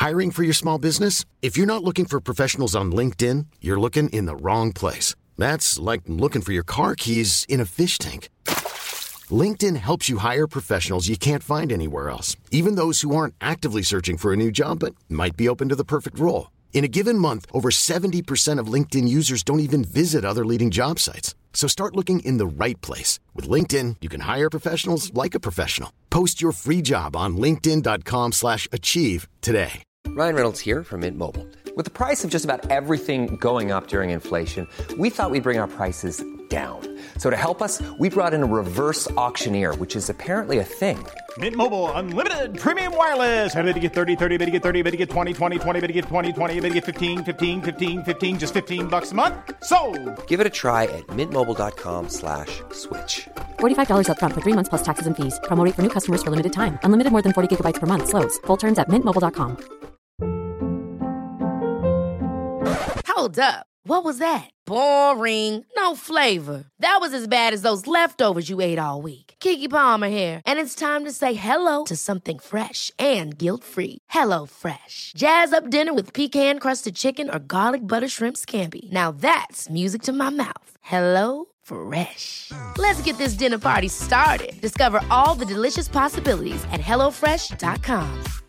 Hiring for your small business? If you're not looking for professionals on LinkedIn, you're looking in the wrong place. That's like looking for your car keys in a fish tank. LinkedIn helps you hire professionals you can't find anywhere else, even those who aren't actively searching for a new job but might be open to the perfect role. In a given month, over 70% of LinkedIn users don't even visit other leading job sites. So start looking in the right place. With LinkedIn, you can hire professionals like a professional. Post your free job on linkedin.com/achieve today. Ryan Reynolds here from Mint Mobile. With the price of just about everything going up during inflation, we thought we'd bring our prices down. So to help us, we brought in a reverse auctioneer, which is apparently a thing. Mint Mobile Unlimited Premium Wireless. How to get 30, 30, bit to get 30, bit to get 20, 20, 20, bit to get 20, 20, bit to get 15, 15, 15, 15, just $15 a month? Sold! Give it a try at mintmobile.com/switch. $45 up front for 3 months plus taxes and fees. Promo rate for new customers for limited time. Unlimited more than 40 gigabytes per month. Slows full terms at mintmobile.com. Hold up. What was that? Boring. No flavor. That was as bad as those leftovers you ate all week. Keke Palmer here, and it's time to say hello to something fresh and guilt-free. Hello Fresh. Jazz up dinner with pecan-crusted chicken or garlic butter shrimp scampi. Now that's music to my mouth. Hello Fresh. Let's get this dinner party started. Discover all the delicious possibilities at hellofresh.com.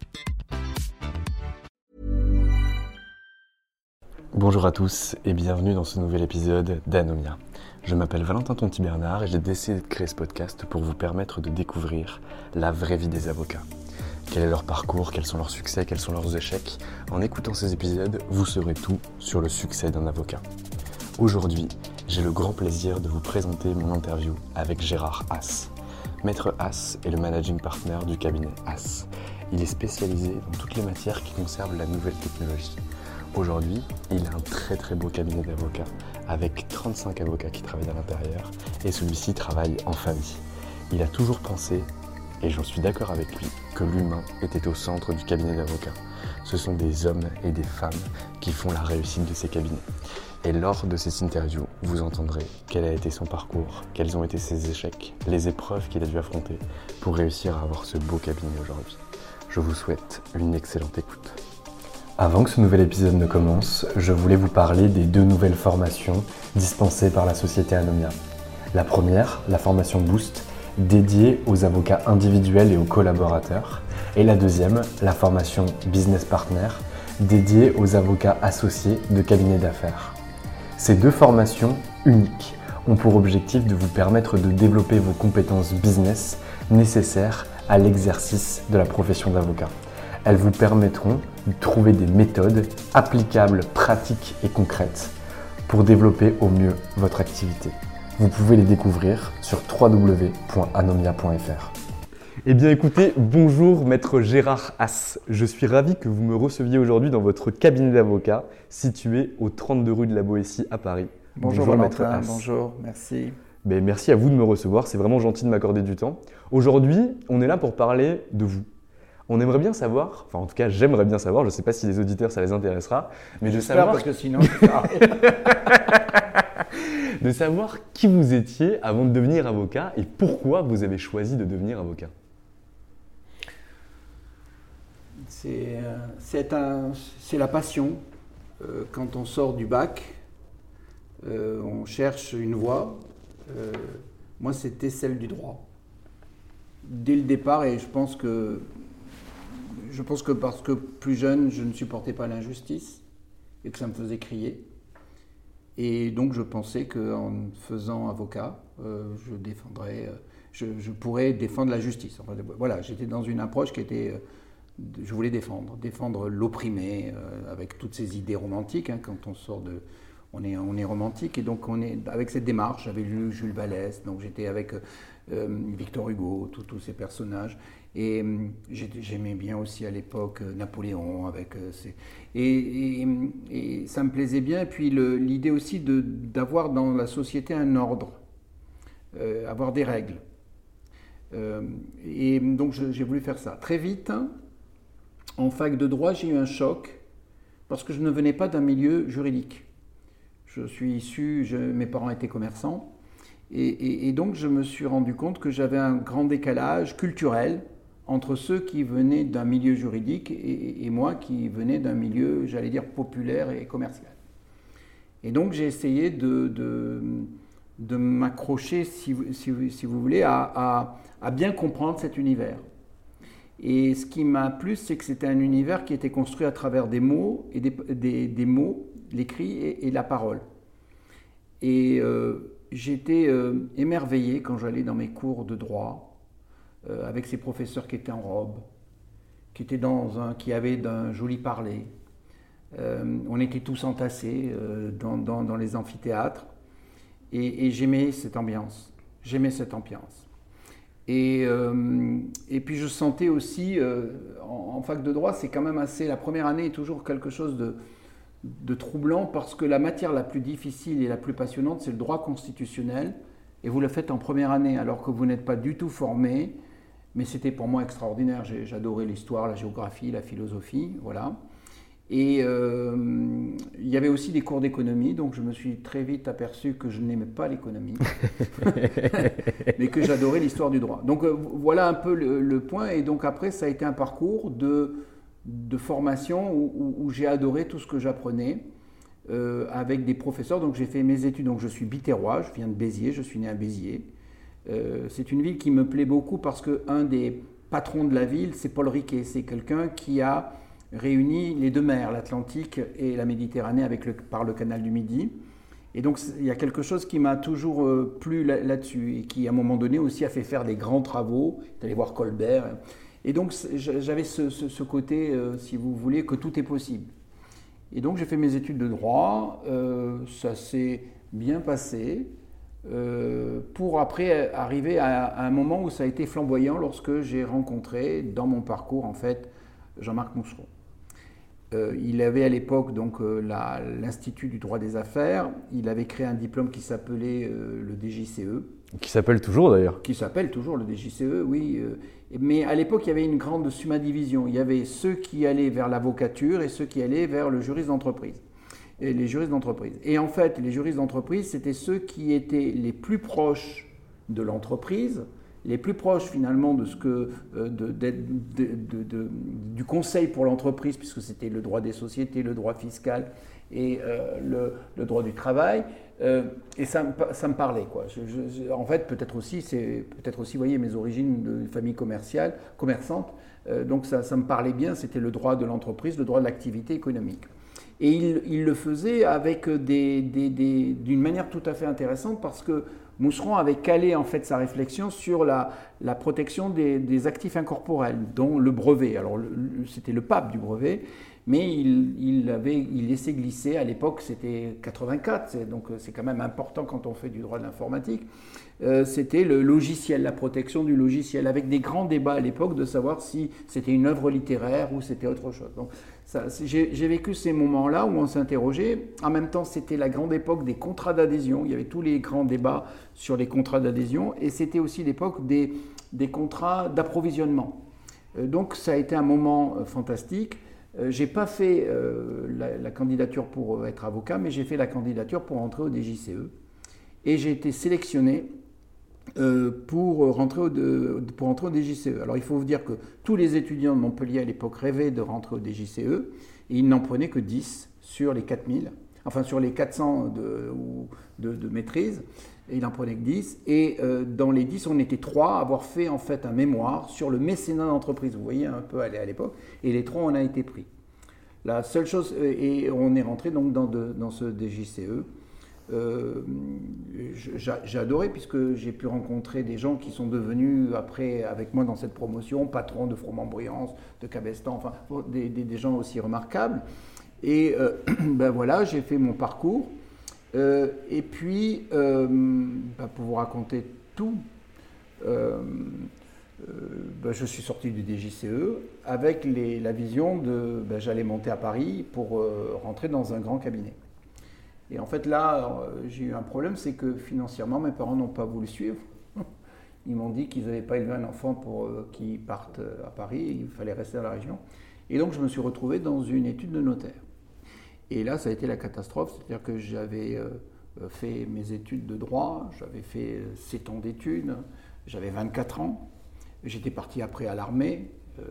Bonjour à tous et bienvenue dans ce nouvel épisode d'Anomia. Je m'appelle Valentin Tonti-Bernard et j'ai décidé de créer ce podcast pour vous permettre de découvrir la vraie vie des avocats. Quel est leur parcours, quels sont leurs succès, quels sont leurs échecs. En écoutant ces épisodes, vous saurez tout sur le succès d'un avocat. Aujourd'hui, j'ai le grand plaisir de vous présenter mon interview avec Gérard Haas. Maître Haas est le managing partner du cabinet Haas. Il est spécialisé dans toutes les matières qui concernent la nouvelle technologie. Aujourd'hui, il a un très très beau cabinet d'avocats avec 35 avocats qui travaillent à l'intérieur et celui-ci travaille en famille. Il a toujours pensé, et j'en suis d'accord avec lui, que l'humain était au centre du cabinet d'avocats. Ce sont des hommes et des femmes qui font la réussite de ces cabinets. Et lors de cette interview, vous entendrez quel a été son parcours, quels ont été ses échecs, les épreuves qu'il a dû affronter pour réussir à avoir ce beau cabinet aujourd'hui. Je vous souhaite une excellente écoute. Avant que ce nouvel épisode ne commence, je voulais vous parler des 2 nouvelles formations dispensées par la société Anomia. La première, la formation Boost, dédiée aux avocats individuels et aux collaborateurs. Et la deuxième, la formation Business Partner, dédiée aux avocats associés de cabinets d'affaires. Ces 2 formations uniques ont pour objectif de vous permettre de développer vos compétences business nécessaires à l'exercice de la profession d'avocat. Elles vous permettront de trouver des méthodes applicables, pratiques et concrètes pour développer au mieux votre activité. Vous pouvez les découvrir sur www.anomia.fr. Eh bien écoutez, bonjour maître Gérard Haas. Je suis ravi que vous me receviez aujourd'hui dans votre cabinet d'avocat situé au 32 rue de la Boétie à Paris. Bonjour maître Haas. Bonjour, merci. Merci à vous de me recevoir, c'est vraiment gentil de m'accorder du temps. Aujourd'hui, on est là pour parler de vous. On aimerait bien savoir, enfin en tout cas j'aimerais bien savoir, je ne sais pas si les auditeurs ça les intéressera, mais de savoir, parce que sinon de savoir qui vous étiez avant de devenir avocat et pourquoi vous avez choisi de devenir avocat. C'est la passion. Quand on sort du bac, on cherche une voie. Moi c'était celle du droit. Dès le départ, et je pense que parce que plus jeune, je ne supportais pas l'injustice et que ça me faisait crier. Et donc je pensais qu'en faisant avocat, je pourrais défendre la justice. Enfin, voilà, j'étais dans une approche qui était, je voulais défendre l'opprimé avec toutes ces idées romantiques. Hein, quand on sort de, on est romantique et donc on est avec cette démarche. J'avais lu Jules Vallès, donc j'étais avec Victor Hugo, tous ces personnages. Et j'aimais bien aussi à l'époque Napoléon et ça me plaisait bien. Et puis l'idée aussi d'avoir dans la société un ordre, avoir des règles. Et donc j'ai voulu faire ça. Très vite, en fac de droit, j'ai eu un choc parce que je ne venais pas d'un milieu juridique. Je suis issu, mes parents étaient commerçants et donc je me suis rendu compte que j'avais un grand décalage culturel entre ceux qui venaient d'un milieu juridique et moi qui venais d'un milieu, j'allais dire, populaire et commercial. Et donc j'ai essayé de m'accrocher, si vous voulez, à bien comprendre cet univers. Et ce qui m'a plu, c'est que c'était un univers qui était construit à travers des mots, et des mots, l'écrit et la parole. Et j'étais émerveillé quand j'allais dans mes cours de droit, avec ces professeurs qui étaient en robe, qui avaient un joli parler. On était tous entassés dans les amphithéâtres et j'aimais cette ambiance. Et puis je sentais aussi, en fac de droit, c'est quand même la première année est toujours quelque chose de troublant parce que la matière la plus difficile et la plus passionnante, c'est le droit constitutionnel et vous le faites en première année alors que vous n'êtes pas du tout formé. Mais c'était pour moi extraordinaire, j'adorais l'histoire, la géographie, la philosophie, voilà. Et il y avait aussi des cours d'économie, donc je me suis très vite aperçu que je n'aimais pas l'économie, mais que j'adorais l'histoire du droit. Donc voilà un peu le point, et donc après ça a été un parcours de formation où j'ai adoré tout ce que j'apprenais avec des professeurs. Donc j'ai fait mes études, donc je suis biterrois, je viens de Béziers, je suis né à Béziers. C'est une ville qui me plaît beaucoup parce qu'un des patrons de la ville, c'est Paul Riquet. C'est quelqu'un qui a réuni les deux mers, l'Atlantique et la Méditerranée par le canal du Midi. Et donc il y a quelque chose qui m'a toujours plu là-dessus et qui à un moment donné aussi a fait faire des grands travaux, d'aller voir Colbert. Et donc j'avais ce côté, si vous voulez, que tout est possible. Et donc j'ai fait mes études de droit, ça s'est bien passé. Pour après arriver à un moment où ça a été flamboyant lorsque j'ai rencontré dans mon parcours en fait Jean-Marc Mousseron. Il avait à l'époque donc l'Institut du droit des affaires, il avait créé un diplôme qui s'appelait le DJCE. Qui s'appelle toujours d'ailleurs. Qui s'appelle toujours le DJCE, oui. Mais à l'époque il y avait une grande subdivision, il y avait ceux qui allaient vers l'avocature et ceux qui allaient vers le juriste d'entreprise. Et les juristes d'entreprise. Et en fait, les juristes d'entreprise, c'était ceux qui étaient les plus proches de l'entreprise, les plus proches finalement de ce que du conseil pour l'entreprise, puisque c'était le droit des sociétés, le droit fiscal et le droit du travail. Et ça me parlait, quoi. En fait, peut-être aussi, vous voyez, mes origines de famille commerçante. Donc ça me parlait bien. C'était le droit de l'entreprise, le droit de l'activité économique. Et il le faisait avec d'une manière tout à fait intéressante parce que Mousseron avait calé en fait sa réflexion sur la protection des actifs incorporels, dont le brevet. Alors c'était le pape du brevet, mais il laissait glisser, à l'époque c'était 84, donc c'est quand même important quand on fait du droit de l'informatique, c'était le logiciel, la protection du logiciel, avec des grands débats à l'époque de savoir si c'était une œuvre littéraire ou c'était autre chose. Donc j'ai vécu ces moments-là où on s'interrogeait. En même temps, c'était la grande époque des contrats d'adhésion. Il y avait tous les grands débats sur les contrats d'adhésion et c'était aussi l'époque des contrats d'approvisionnement. Donc ça a été un moment fantastique. J'ai pas fait la candidature pour être avocat, mais j'ai fait la candidature pour entrer au DJCE. Et j'ai été sélectionné pour entrer au DJCE. Alors il faut vous dire que tous les étudiants de Montpellier à l'époque rêvaient de rentrer au DJCE, et ils n'en prenaient que 10 sur les 4000, enfin sur les 400 de maîtrise, et ils n'en prenaient que 10. Et dans les 10, on était 3 à avoir fait en fait un mémoire sur le mécénat d'entreprise. Vous voyez un peu aller à l'époque, et les 3 on a été pris. La seule chose, et on est rentré donc dans ce DJCE. J'ai adoré puisque j'ai pu rencontrer des gens qui sont devenus après avec moi dans cette promotion patrons de Fromont-Briance, de Cabestan, enfin des gens aussi remarquables. Et ben voilà, j'ai fait mon parcours. Et puis pour vous raconter tout, je suis sorti du DJCE avec la vision de j'allais monter à Paris pour rentrer dans un grand cabinet. Et en fait là, j'ai eu un problème, c'est que financièrement, mes parents n'ont pas voulu suivre. Ils m'ont dit qu'ils n'avaient pas élevé un enfant pour qu'il parte à Paris, il fallait rester dans la région. Et donc je me suis retrouvé dans une étude de notaire. Et là, ça a été la catastrophe, c'est-à-dire que j'avais fait mes études de droit, j'avais fait 7 ans d'études, j'avais 24 ans. J'étais parti après à l'armée.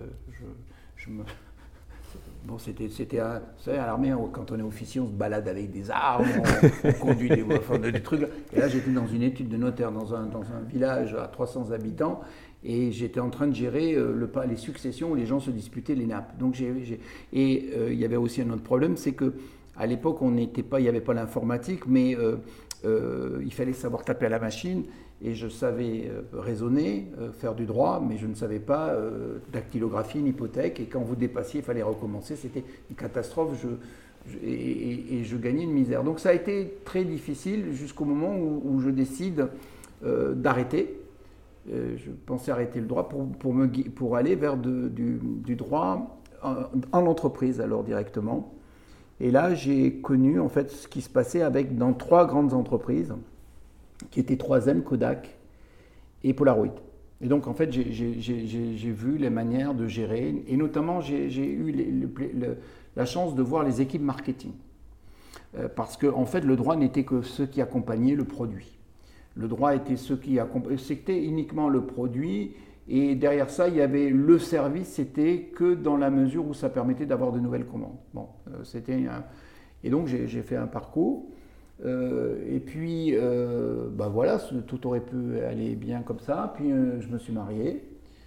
Bon, c'était vous savez, à l'armée, quand on est officier, on se balade avec des armes, on conduit des trucs. Et là, j'étais dans une étude de notaire dans un village à 300 habitants, et j'étais en train de gérer les successions où les gens se disputaient les nappes. Donc, il y avait aussi un autre problème, c'est que à l'époque, il n'y avait pas l'informatique, mais il fallait savoir taper à la machine. Et je savais raisonner, faire du droit, mais je ne savais pas dactylographie, une hypothèque. Et quand vous dépassiez, il fallait recommencer. C'était une catastrophe et je gagnais une misère. Donc ça a été très difficile jusqu'au moment où je décide d'arrêter. Je pensais arrêter le droit pour aller vers du droit en entreprise, alors directement. Et là, j'ai connu en fait ce qui se passait dans 3 grandes entreprises, qui étaient 3M, Kodak et Polaroid. Et donc, en fait, j'ai vu les manières de gérer, et notamment, j'ai eu la chance de voir les équipes marketing. Parce que, en fait, le droit n'était que ce qui accompagnait le produit. Le droit était c'était uniquement le produit, et derrière ça, il y avait le service, c'était que dans la mesure où ça permettait d'avoir de nouvelles commandes. Bon, et donc, j'ai fait un parcours. Et puis, voilà, tout aurait pu aller bien comme ça. Puis, je me suis marié.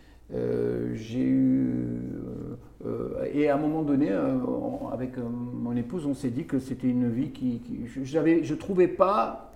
Et à un moment donné, avec mon épouse, on s'est dit que c'était une vie je trouvais pas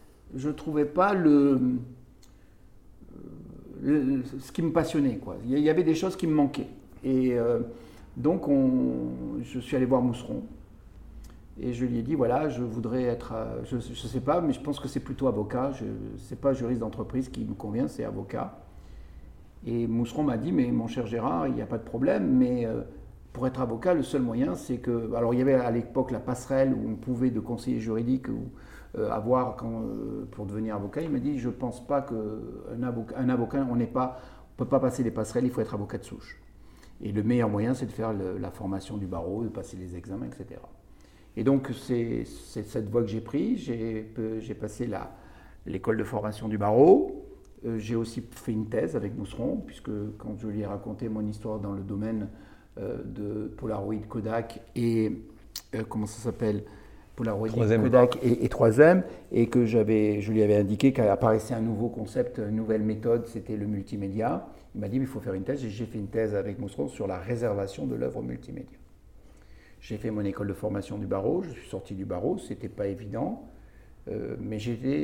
ce qui me passionnait, quoi. Il y avait des choses qui me manquaient. Et donc, je suis allé voir Mousseron. Et je lui ai dit, voilà, je voudrais être, je ne sais pas, mais je pense que c'est plutôt avocat. Ce n'est pas juriste d'entreprise qui me convient, c'est avocat. Et Mousseron m'a dit, mais mon cher Gérard, il n'y a pas de problème, mais pour être avocat, le seul moyen, c'est que... Alors, il y avait à l'époque la passerelle où on pouvait, de conseiller juridique, avoir pour devenir avocat. Il m'a dit, je ne pense pas qu'un avocat, on ne peut pas passer les passerelles, il faut être avocat de souche. Et le meilleur moyen, c'est de faire la formation du barreau, de passer les examens, etc. Et donc, c'est cette voie que j'ai prise. J'ai passé l'école de formation du barreau. J'ai aussi fait une thèse avec Mousseron, puisque quand je lui ai raconté mon histoire dans le domaine de Polaroid, Kodak et Polaroid, Kodak et 3M, et que je lui avais indiqué qu'apparaissait un nouveau concept, une nouvelle méthode, c'était le multimédia. Il m'a dit, mais il faut faire une thèse, et j'ai fait une thèse avec Mousseron sur la réservation de l'œuvre multimédia. J'ai fait mon école de formation du barreau, je suis sorti du barreau, c'était pas évident, mais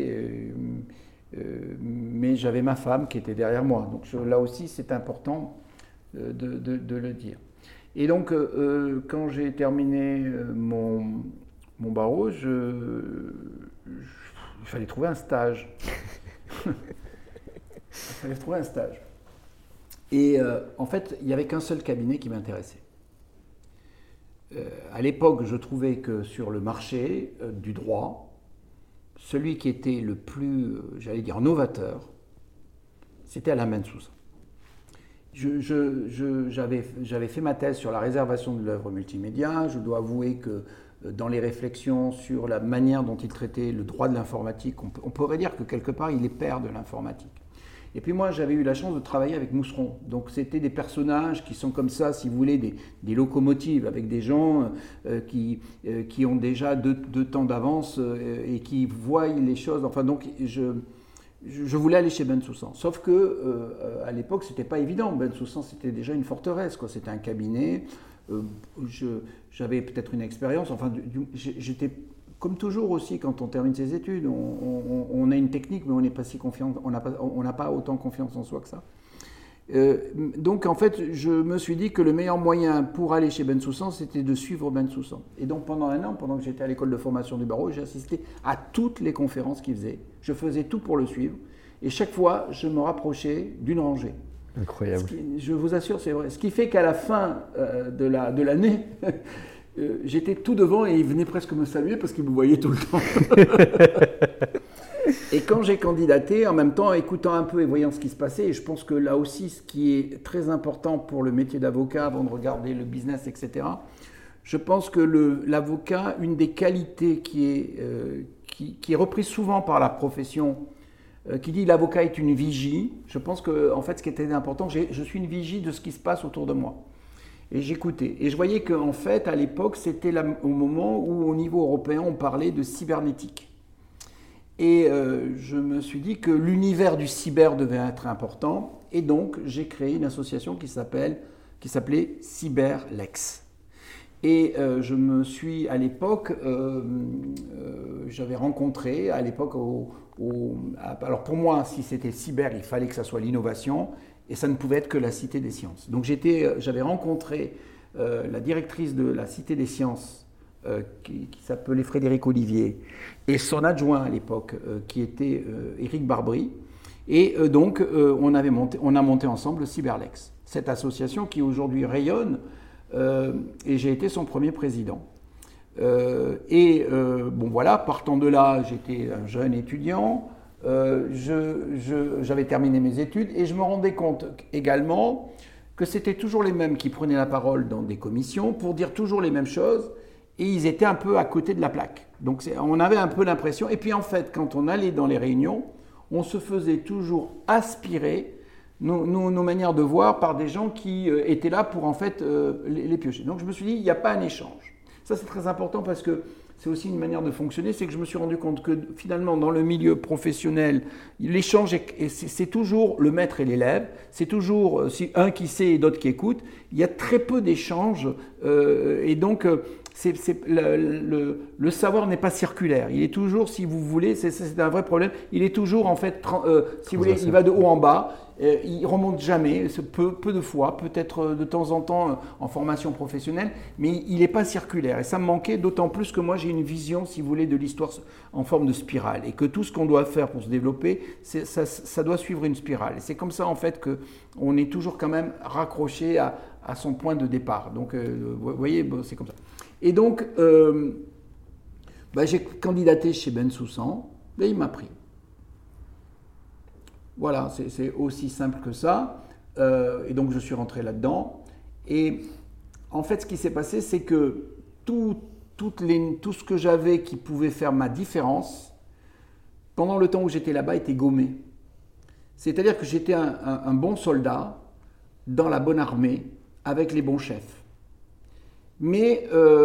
j'avais ma femme qui était derrière moi. Donc là aussi, c'est important de le dire. Et donc, quand j'ai terminé mon barreau, il fallait trouver un stage. Et en fait, il n'y avait qu'un seul cabinet qui m'intéressait. À l'époque, je trouvais que sur le marché du droit, celui qui était le plus, novateur, c'était Alain Bensoussan. J'avais fait ma thèse sur la réservation de l'œuvre multimédia. Je dois avouer que dans les réflexions sur la manière dont il traitait le droit de l'informatique, on pourrait dire que quelque part, il est père de l'informatique. Et puis moi, j'avais eu la chance de travailler avec Mousseron. Donc c'était des personnages qui sont comme ça, si vous voulez, des locomotives, avec des gens qui ont déjà deux temps d'avance et qui voient les choses. Enfin, donc je voulais aller chez Bensoussan. Sauf que à l'époque, c'était pas évident. Bensoussan, c'était déjà une forteresse, quoi. C'était un cabinet. J'avais peut-être une expérience. Enfin, j'étais... Comme toujours aussi, quand on termine ses études, on a une technique, mais on n'est pas si confiant, on n'a pas autant confiance en soi que ça. Donc en fait, je me suis dit que le meilleur moyen pour aller chez Bensoussan, c'était de suivre Bensoussan. Et donc pendant un an, pendant que j'étais à l'école de formation du barreau, j'ai assisté à toutes les conférences qu'il faisait. Je faisais tout pour le suivre. Et chaque fois, je me rapprochais d'une rangée. Incroyable. Je vous assure, c'est vrai. Ce qui fait qu'à la fin de l'année... j'étais tout devant et il venait presque me saluer parce qu'il me voyait tout le temps. Et quand j'ai candidaté, en même temps, écoutant un peu et voyant ce qui se passait, et je pense que là aussi, ce qui est très important pour le métier d'avocat, avant de regarder le business, etc., je pense que l'avocat, une des qualités qui est reprise souvent par la profession qui dit « l'avocat est une vigie ». Je pense que, en fait, ce qui était important, je suis une vigie de ce qui se passe autour de moi. Et j'écoutais. Et je voyais qu'en fait, à l'époque, c'était au moment où, au niveau européen, on parlait de cybernétique. Et je me suis dit que l'univers du cyber devait être important. Et donc, j'ai créé une association qui s'appelait Cyberlex. Et je me suis, à l'époque, j'avais rencontré, à l'époque, alors pour moi, si c'était cyber, il fallait que ça soit l'innovation. Et ça ne pouvait être que la Cité des Sciences. Donc j'avais rencontré la directrice de la Cité des Sciences, qui s'appelait Frédéric Olivier, et son adjoint à l'époque, qui était Éric Barbry. Et donc on a monté ensemble le Cyberlex, cette association qui aujourd'hui rayonne, et j'ai été son premier président. Bon voilà, partant de là, j'étais un jeune étudiant. J'avais terminé mes études et je me rendais compte également que c'était toujours les mêmes qui prenaient la parole dans des commissions pour dire toujours les mêmes choses et ils étaient un peu à côté de la plaque. Donc on avait un peu l'impression, et puis en fait quand on allait dans les réunions, on se faisait toujours aspirer nos manières de voir par des gens qui étaient là pour en fait les piocher. Donc je me suis dit, il n'y a pas un échange. Ça c'est très important parce que c'est aussi une manière de fonctionner, c'est que je me suis rendu compte que finalement dans le milieu professionnel, l'échange, c'est toujours le maître et l'élève, c'est toujours un qui sait et d'autres qui écoutent, il y a très peu d'échanges et donc le savoir n'est pas circulaire, il est toujours, si vous voulez, c'est un vrai problème, il est toujours en fait, si vous voulez, il va de haut en bas. Il remonte jamais, peu de fois, peut-être de temps en temps en formation professionnelle, mais il n'est pas circulaire. Et ça me manquait, d'autant plus que moi j'ai une vision, si vous voulez, de l'histoire en forme de spirale. Et que tout ce qu'on doit faire pour se développer, ça doit suivre une spirale. Et c'est comme ça en fait qu'on est toujours quand même raccroché à son point de départ. Donc vous voyez, bon, c'est comme ça. Et donc j'ai candidaté chez Bensoussan, et il m'a pris. Voilà, c'est aussi simple que ça. Et donc, je suis rentré là-dedans. Et en fait, ce qui s'est passé, c'est que tout ce que j'avais qui pouvait faire ma différence, pendant le temps où j'étais là-bas, était gommé. C'est-à-dire que j'étais un bon soldat dans la bonne armée, avec les bons chefs. Mais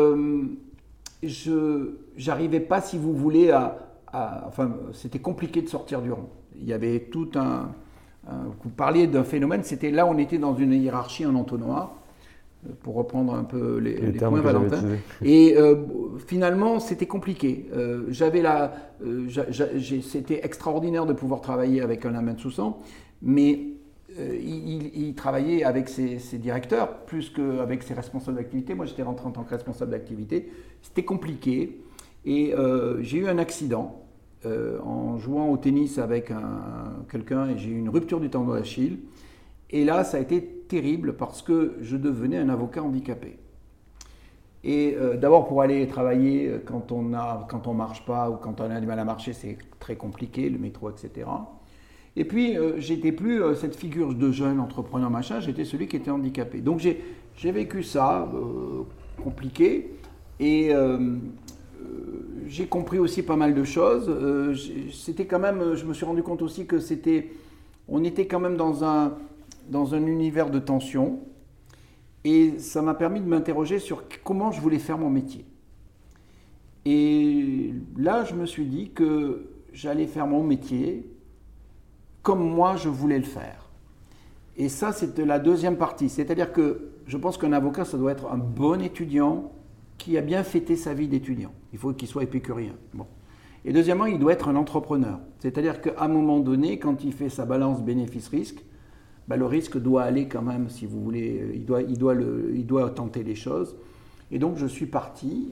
j'arrivais pas, si vous voulez, enfin, c'était compliqué de sortir du rang. Il y avait tout vous parliez d'un phénomène, c'était là on était dans une hiérarchie en entonnoir, pour reprendre un peu les points Valentin. Et finalement c'était compliqué. C'était extraordinaire de pouvoir travailler avec Alain Bensoussan, mais il travaillait avec ses directeurs plus qu'avec ses responsables d'activité. Moi j'étais rentré en tant que responsable d'activité. C'était compliqué et j'ai eu un accident. En jouant au tennis avec quelqu'un et j'ai eu une rupture du tendon d'Achille. Et là, ça a été terrible parce que je devenais un avocat handicapé. Et d'abord, pour aller travailler quand on ne marche pas ou quand on a du mal à marcher, c'est très compliqué, le métro, etc. Et puis, j'étais plus cette figure de jeune entrepreneur, machin, j'étais celui qui était handicapé. Donc, j'ai vécu ça, compliqué. Et j'ai compris aussi pas mal de choses. C'était quand même, je me suis rendu compte aussi que on était quand même dans un univers de tension. Et ça m'a permis de m'interroger sur comment je voulais faire mon métier. Et là, je me suis dit que j'allais faire mon métier comme moi je voulais le faire. Et ça, c'était la deuxième partie. C'est-à-dire que je pense qu'un avocat, ça doit être un bon étudiant qui a bien fêté sa vie d'étudiant. Il faut qu'il soit épicurien. Bon. Et deuxièmement, il doit être un entrepreneur. C'est-à-dire qu'à un moment donné, quand il fait sa balance bénéfice-risque, le risque doit aller quand même, si vous voulez, il doit tenter les choses. Et donc, je suis parti.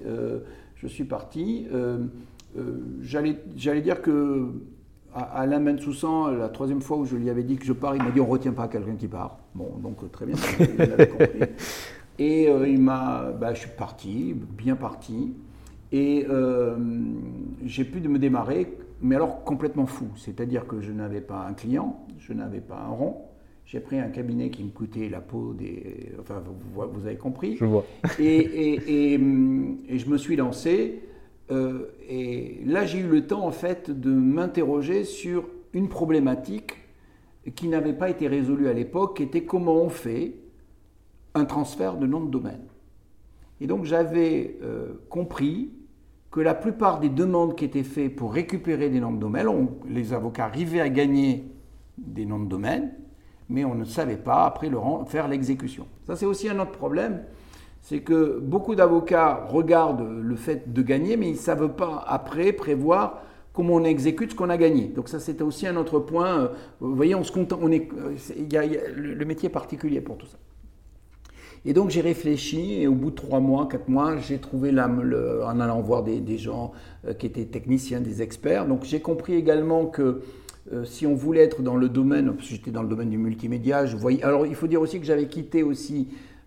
J'allais dire que Alain Bensoussan, la troisième fois où je lui avais dit que je pars, il m'a dit on ne retient pas quelqu'un qui part. Bon, donc très bien, il l'avait compris. Et je suis parti, bien parti. Et j'ai pu me démarrer, mais alors complètement fou. C'est-à-dire que je n'avais pas un client, je n'avais pas un rond. J'ai pris un cabinet qui me coûtait la peau des... Enfin, vous avez compris. Je vois. Et je me suis lancé. Et là, j'ai eu le temps, en fait, de m'interroger sur une problématique qui n'avait pas été résolue à l'époque, qui était comment on fait un transfert de nom de domaine. Et donc j'avais compris que la plupart des demandes qui étaient faites pour récupérer des noms de domaine, les avocats arrivaient à gagner des noms de domaine, mais on ne savait pas après faire l'exécution. Ça, c'est aussi un autre problème, c'est que beaucoup d'avocats regardent le fait de gagner, mais ils ne savent pas après prévoir comment on exécute ce qu'on a gagné. Donc ça, c'était aussi un autre point. Vous voyez, le métier est particulier pour tout ça. Et donc j'ai réfléchi et au bout de 3 mois, 4 mois, j'ai trouvé en allant voir des gens qui étaient techniciens, des experts. Donc j'ai compris également que si on voulait être dans le domaine, parce que j'étais dans le domaine du multimédia, alors il faut dire aussi que j'avais quitté aussi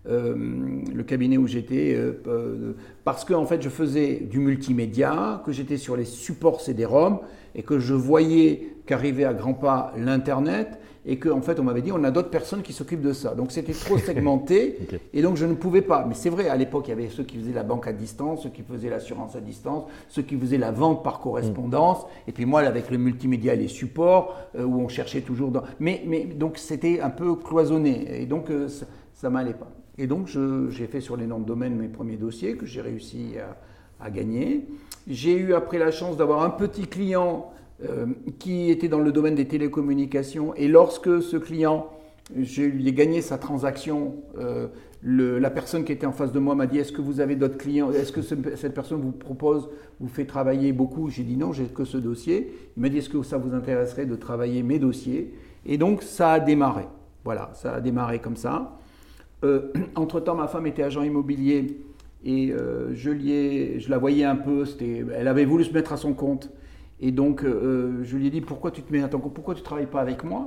le cabinet où j'étais parce que en fait je faisais du multimédia, que j'étais sur les supports CD-ROM et que je voyais qu'arrivait à grands pas l'internet et qu'en fait on m'avait dit on a d'autres personnes qui s'occupent de ça, donc c'était trop segmenté. Okay. Et donc je ne pouvais pas, mais c'est vrai, à l'époque il y avait ceux qui faisaient la banque à distance, ceux qui faisaient l'assurance à distance, ceux qui faisaient la vente par correspondance, et puis moi avec le multimédia et les supports où on cherchait toujours mais donc c'était un peu cloisonné et donc ça m'allait pas. Et donc, j'ai fait sur les noms de domaine mes premiers dossiers que j'ai réussi à gagner. J'ai eu après la chance d'avoir un petit client qui était dans le domaine des télécommunications. Et lorsque ce client, je lui ai gagné sa transaction, la personne qui était en face de moi m'a dit « Est-ce que vous avez d'autres clients ? Est-ce que cette personne vous fait travailler beaucoup ?» J'ai dit « Non, j'ai que ce dossier. » Il m'a dit « Est-ce que ça vous intéresserait de travailler mes dossiers ?» Et donc, ça a démarré. Voilà, ça a démarré comme ça. Entre-temps, ma femme était agent immobilier et je la voyais un peu, elle avait voulu se mettre à son compte. Et donc, je lui ai dit, pourquoi tu te mets à ton compte ? Pourquoi tu ne travailles pas avec moi ?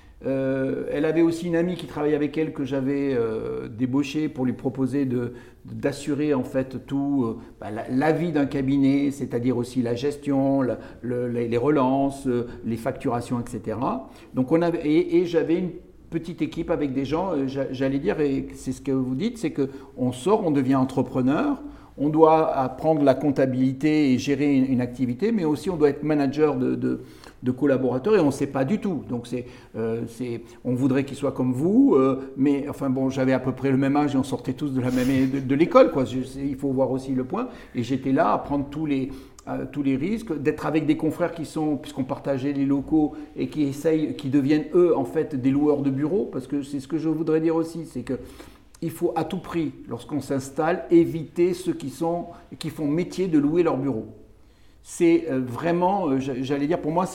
Elle avait aussi une amie qui travaillait avec elle que j'avais débauchée pour lui proposer d'assurer en fait tout, la vie d'un cabinet, c'est-à-dire aussi la gestion, les relances, les facturations, etc. Donc, et j'avais une petite équipe avec des gens, j'allais dire, et c'est ce que vous dites, c'est qu'on sort, on devient entrepreneur, on doit apprendre la comptabilité et gérer une activité, mais aussi on doit être manager de collaborateurs et on ne sait pas du tout. Donc on voudrait qu'ils soient comme vous, mais enfin bon, j'avais à peu près le même âge et on sortait tous de l'école, quoi. Il faut voir aussi le point. Et j'étais là à prendre tous les risques, d'être avec des confrères puisqu'on partageait les locaux et qui deviennent eux en fait des loueurs de bureaux, parce que c'est ce que je voudrais dire aussi, c'est que il faut à tout prix, lorsqu'on s'installe, éviter ceux qui font métier de louer leur bureau. C'est vraiment, j'allais dire, pour moi,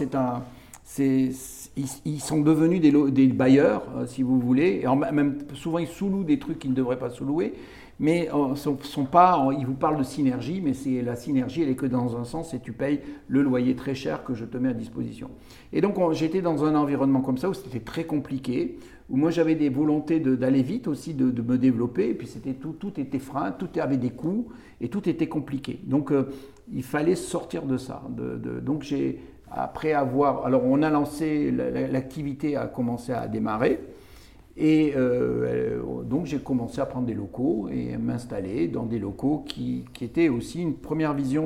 ils sont devenus des bailleurs, si vous voulez. Et même souvent, ils sous-louent des trucs qu'ils ne devraient pas sous-louer. Mais ils vous parlent de synergie, mais la synergie, elle est que dans un sens, et tu payes le loyer très cher que je te mets à disposition. Et donc, j'étais dans un environnement comme ça, où c'était très compliqué, où moi, j'avais des volontés d'aller vite aussi, de me développer, et puis tout était frein, tout avait des coûts, et tout était compliqué. Donc, il fallait sortir de ça. Donc, après avoir... Alors, on a lancé, l'activité a commencé à démarrer, et donc j'ai commencé à prendre des locaux et m'installer dans des locaux qui étaient aussi une première vision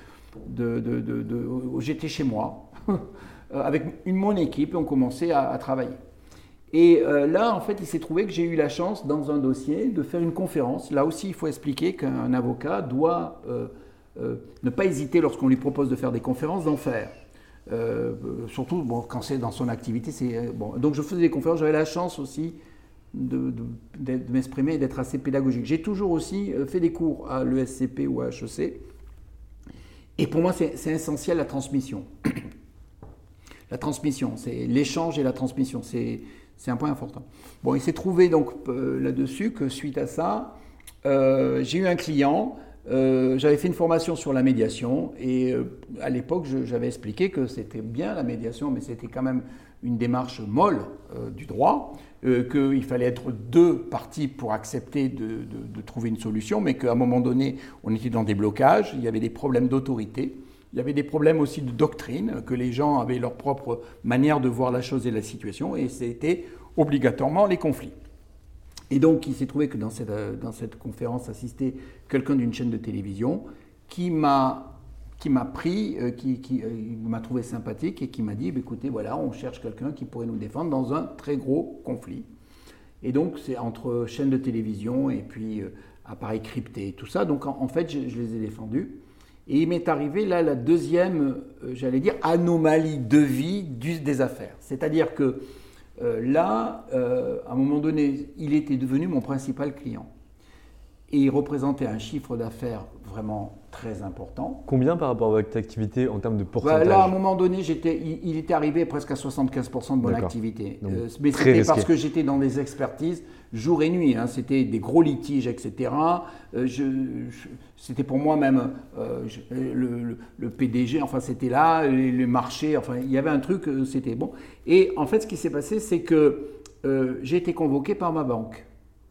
j'étais chez moi avec mon équipe et on commençait à travailler. Et là, en fait, il s'est trouvé que j'ai eu la chance, dans un dossier, de faire une conférence. Là aussi, il faut expliquer qu'un avocat doit ne pas hésiter, lorsqu'on lui propose de faire des conférences, d'en faire. Surtout quand c'est dans son activité. Donc je faisais des conférences, j'avais la chance aussi de m'exprimer et d'être assez pédagogique. J'ai toujours aussi fait des cours à l'ESCP ou à HEC. Et pour moi, c'est essentiel la transmission. La transmission, c'est l'échange et la transmission. C'est un point important. Bon, il s'est trouvé donc là-dessus que suite à ça, j'ai eu un client. J'avais fait une formation sur la médiation et à l'époque j'avais expliqué que c'était bien la médiation, mais c'était quand même une démarche molle du droit, qu'il fallait être 2 parties pour accepter de trouver une solution, mais qu'à un moment donné on était dans des blocages, il y avait des problèmes d'autorité, il y avait des problèmes aussi de doctrine, que les gens avaient leur propre manière de voir la chose et la situation, et c'était obligatoirement les conflits. Et donc, il s'est trouvé que dans cette conférence assistait quelqu'un d'une chaîne de télévision qui m'a m'a pris, qui m'a trouvé sympathique et qui m'a dit écoutez, voilà, on cherche quelqu'un qui pourrait nous défendre dans un très gros conflit. Et donc, c'est entre chaînes de télévision et puis appareils cryptés, tout ça. Donc, en fait, je les ai défendus. Et il m'est arrivé là la deuxième, j'allais dire, anomalie de vie des affaires. C'est-à-dire que là, à un moment donné, il était devenu mon principal client. Et il représentait un chiffre d'affaires vraiment très important. Combien par rapport à votre activité en termes de pourcentage? Là, à un moment donné, il était arrivé presque à 75% de mon activité. Mais c'était parce que j'étais dans des expertises jour et nuit. Hein. C'était des gros litiges, etc. C'était pour moi même le PDG, enfin c'était là, les marchés, enfin il y avait un truc, c'était bon. Et en fait, ce qui s'est passé, c'est que j'ai été convoqué par ma banque.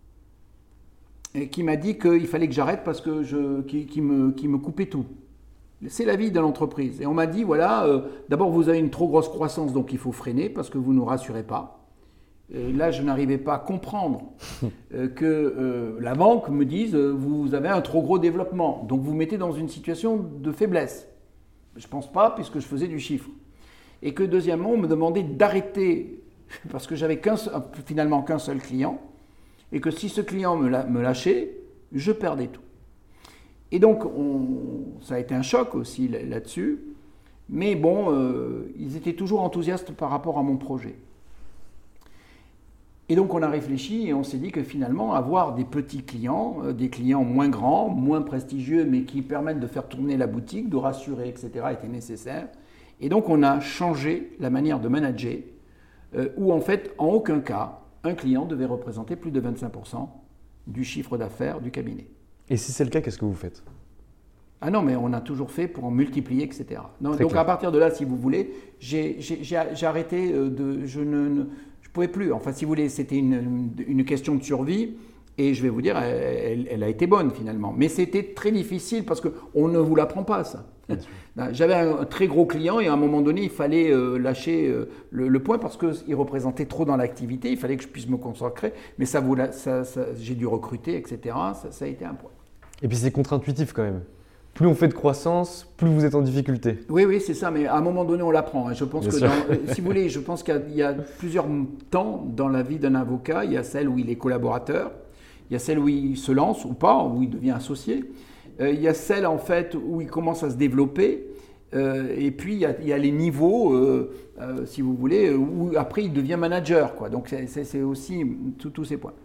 Et qui m'a dit qu'il fallait que j'arrête parce que qui me coupait tout. C'est la vie de l'entreprise. Et on m'a dit, voilà, d'abord vous avez une trop grosse croissance, donc il faut freiner parce que vous ne nous rassurez pas. Et là, je n'arrivais pas à comprendre que la banque me dise, vous avez un trop gros développement, donc vous mettez dans une situation de faiblesse. Je ne pense pas, puisque je faisais du chiffre. Et que deuxièmement, on me demandait d'arrêter, parce que j'avais finalement qu'un seul client, et que si ce client me lâchait, je perdais tout. Et donc, ça a été un choc aussi là-dessus, mais bon, ils étaient toujours enthousiastes par rapport à mon projet. Et donc, on a réfléchi et on s'est dit que finalement, avoir des petits clients, des clients moins grands, moins prestigieux, mais qui permettent de faire tourner la boutique, de rassurer, etc., était nécessaire. Et donc, on a changé la manière de manager, où en fait, en aucun cas, un client devait représenter plus de 25% du chiffre d'affaires du cabinet. Et si c'est le cas, qu'est-ce que vous faites? Ah non, mais on a toujours fait pour en multiplier, etc. Non, donc clair. À partir de là, si vous voulez, j'ai arrêté je ne pouvais plus. Enfin, si vous voulez, c'était une question de survie. Et je vais vous dire, elle a été bonne finalement. Mais c'était très difficile parce qu'on ne vous l'apprend pas, ça. J'avais un très gros client et à un moment donné, il fallait lâcher le point parce qu'il représentait trop dans l'activité. Il fallait que je puisse me consacrer. Mais j'ai dû recruter, etc. Ça a été un point. Et puis c'est contre-intuitif quand même. Plus on fait de croissance, plus vous êtes en difficulté. Oui, c'est ça. Mais à un moment donné, on l'apprend. Je pense si vous voulez, je pense qu'il y a plusieurs temps dans la vie d'un avocat. Il y a celle où il est collaborateur. Il y a celle où il se lance ou pas, où il devient associé. Il y a celle en fait où il commence à se développer. Et puis il y a les niveaux, si vous voulez, où après il devient manager, quoi. Donc c'est aussi tous ces points.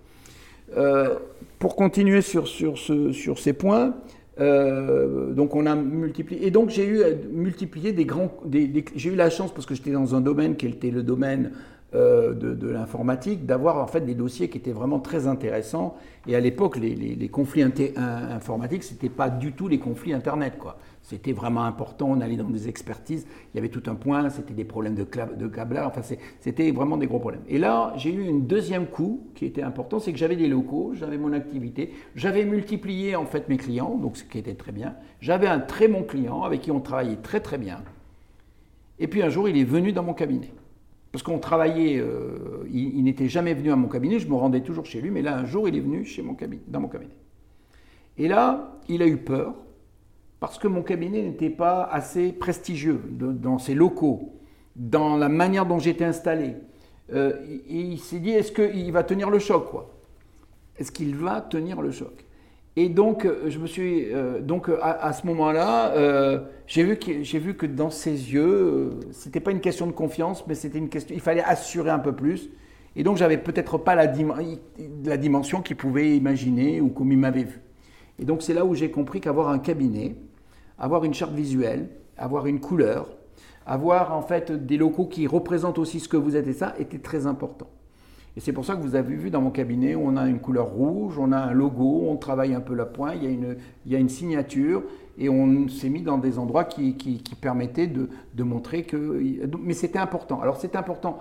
Pour continuer sur ces points, donc on a multiplié. Et donc j'ai eu multiplié j'ai eu la chance, parce que j'étais dans un domaine qui était le domaine de l'informatique, d'avoir en fait des dossiers qui étaient vraiment très intéressants. Et à l'époque, les conflits informatiques, c'était pas du tout les conflits Internet, quoi. C'était vraiment important. On allait dans des expertises. Il y avait tout un point. C'était des problèmes de câblage. Enfin, c'était vraiment des gros problèmes. Et là, j'ai eu un deuxième coup qui était important, c'est que j'avais des locaux, j'avais mon activité, j'avais multiplié en fait mes clients, donc ce qui était très bien. J'avais un très bon client avec qui on travaillait très très bien. Et puis un jour, il est venu dans mon cabinet. Parce qu'on travaillait, il n'était jamais venu à mon cabinet, je me rendais toujours chez lui, mais là, un jour, il est venu dans mon cabinet. Et là, il a eu peur, parce que mon cabinet n'était pas assez prestigieux dans ses locaux, dans la manière dont j'étais installé. Et il s'est dit, est-ce qu'il va tenir le choc, quoi? Est-ce qu'il va tenir le choc? Et donc, je me suis, à ce moment-là, j'ai vu que dans ses yeux, c'était pas une question de confiance, mais c'était une question. Il fallait assurer un peu plus. Et donc, j'avais peut-être pas la dimension qu'il pouvait imaginer ou comme il m'avait vu. Et donc, c'est là où j'ai compris qu'avoir un cabinet, avoir une charte visuelle, avoir une couleur, avoir en fait des locaux qui représentent aussi ce que vous êtes et ça, était très important. Et c'est pour ça que vous avez vu dans mon cabinet, on a une couleur rouge, on a un logo, on travaille un peu la pointe, il y a une signature et on s'est mis dans des endroits qui permettaient de montrer que... Mais c'était important. Alors c'est important,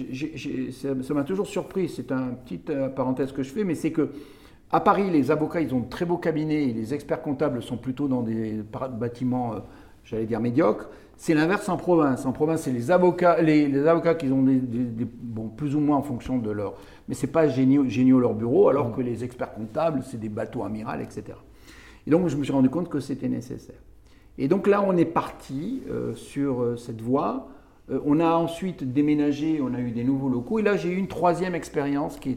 ça m'a toujours surpris, c'est une petite parenthèse que je fais, mais c'est que à Paris, les avocats, ils ont de très beaux cabinets et les experts comptables sont plutôt dans des bâtiments, j'allais dire médiocres. C'est l'inverse en province. En province, c'est les avocats qui ont bon, plus ou moins en fonction de leur... Mais ce n'est pas géniaux leur bureau, alors que les experts comptables, c'est des bateaux amirals, etc. Et donc, je me suis rendu compte que c'était nécessaire. Et donc là, on est parti sur cette voie. On a ensuite déménagé, on a eu des nouveaux locaux. Et là, j'ai eu une troisième expérience qui